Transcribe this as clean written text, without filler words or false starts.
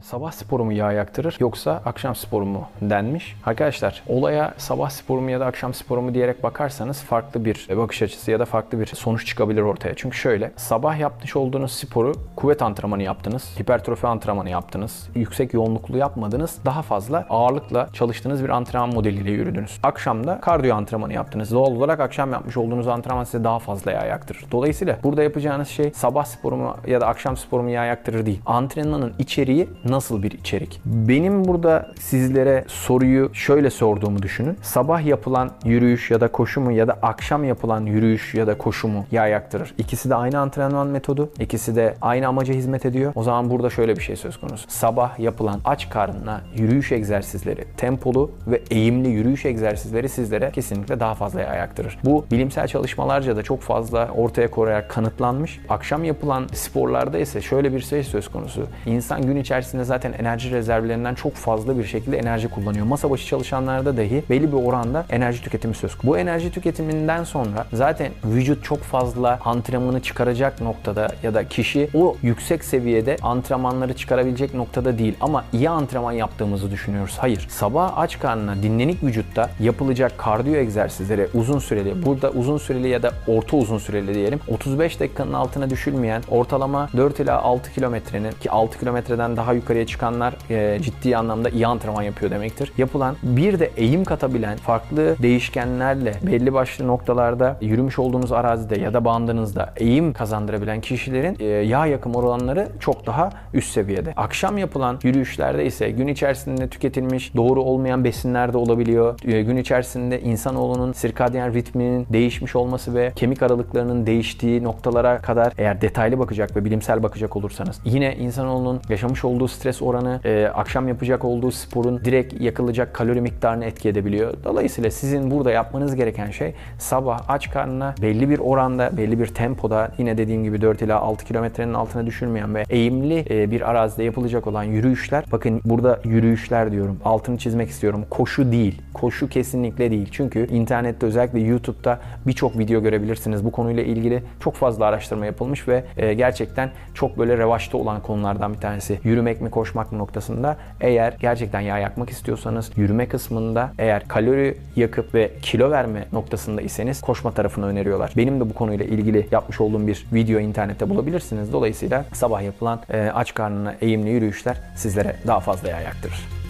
Sabah sporu mu yağ yaktırır yoksa akşam sporu mu denmiş. Arkadaşlar olaya sabah sporu mu ya da akşam sporu mu diyerek bakarsanız farklı bir bakış açısı ya da farklı bir sonuç çıkabilir ortaya. Çünkü şöyle, sabah yapmış olduğunuz sporu kuvvet antrenmanı yaptınız, hipertrofi antrenmanı yaptınız, yüksek yoğunluklu yapmadınız, daha fazla ağırlıkla çalıştığınız bir antrenman modeliyle yürüdünüz. Akşamda kardiyo antrenmanı yaptınız. Doğal olarak akşam yapmış olduğunuz antrenman size daha fazla yağ yaktırır. Dolayısıyla burada yapacağınız şey sabah sporu mu ya da akşam sporu mu yağ yaktırır değil. Antrenmanın içeriği nasıl bir içerik? Benim burada sizlere soruyu şöyle sorduğumu düşünün. Sabah yapılan yürüyüş ya da koşu mu ya da akşam yapılan yürüyüş ya da koşu mu yağ yaktırır? İkisi de aynı antrenman metodu. İkisi de aynı amaca hizmet ediyor. O zaman burada şöyle bir şey söz konusu. Sabah yapılan aç karnına yürüyüş egzersizleri, tempolu ve eğimli yürüyüş egzersizleri sizlere kesinlikle daha fazla yağ yaktırır. Bu bilimsel çalışmalarca da çok fazla ortaya koyarak kanıtlanmış. Akşam yapılan sporlarda ise şöyle bir şey söz konusu. İnsan gün içerisinde zaten enerji rezervlerinden çok fazla bir şekilde enerji kullanıyor. Masa başı çalışanlarda dahi belli bir oranda enerji tüketimi söz konusu. Bu enerji tüketiminden sonra zaten vücut çok fazla antrenmanı çıkaracak noktada ya da kişi o yüksek seviyede antrenmanları çıkarabilecek noktada değil. Ama iyi antrenman yaptığımızı düşünüyoruz. Hayır. Sabah aç karnına dinlenik vücutta yapılacak kardiyo egzersizleri uzun süreli, burada uzun süreli ya da orta uzun süreli diyelim, 35 dakikanın altına düşülmeyen ortalama 4 ila 6 kilometrenin, ki 6 kilometreden daha yukarıya çıkanlar ciddi anlamda iyi antrenman yapıyor demektir. Yapılan bir de eğim katabilen farklı değişkenlerle belli başlı noktalarda yürümüş olduğunuz arazide ya da bandınızda eğim kazandırabilen kişilerin yağ yakım oranları çok daha üst seviyede. Akşam yapılan yürüyüşlerde ise gün içerisinde tüketilmiş doğru olmayan besinler de olabiliyor. Gün içerisinde insanoğlunun sirkadyen ritminin değişmiş olması ve kemik aralıklarının değiştiği noktalara kadar eğer detaylı bakacak ve bilimsel bakacak olursanız yine insanoğlunun yaşamış olduğu stres oranı akşam yapacak olduğu sporun direkt yakılacak kalori miktarını etki edebiliyor. Dolayısıyla sizin burada yapmanız gereken şey sabah aç karnına belli bir oranda, belli bir tempoda, yine dediğim gibi 4 ila 6 kilometrenin altına düşürmeyen ve eğimli bir arazide yapılacak olan yürüyüşler. Bakın burada yürüyüşler diyorum. Altını çizmek istiyorum. Koşu değil. Koşu kesinlikle değil. Çünkü internette özellikle YouTube'da birçok video görebilirsiniz. Bu konuyla ilgili çok fazla araştırma yapılmış ve gerçekten çok böyle revaçta olan konulardan bir tanesi. Yürümek mi koşmak mı noktasında eğer gerçekten yağ yakmak istiyorsanız yürüme kısmında, eğer kalori yakıp ve kilo verme noktasında iseniz koşma tarafını öneriyorlar. Benim de bu konuyla ilgili yapmış olduğum bir video internette bulabilirsiniz. Dolayısıyla sabah yapılan aç karnına eğimli yürüyüşler sizlere daha fazla yağ yaktırır.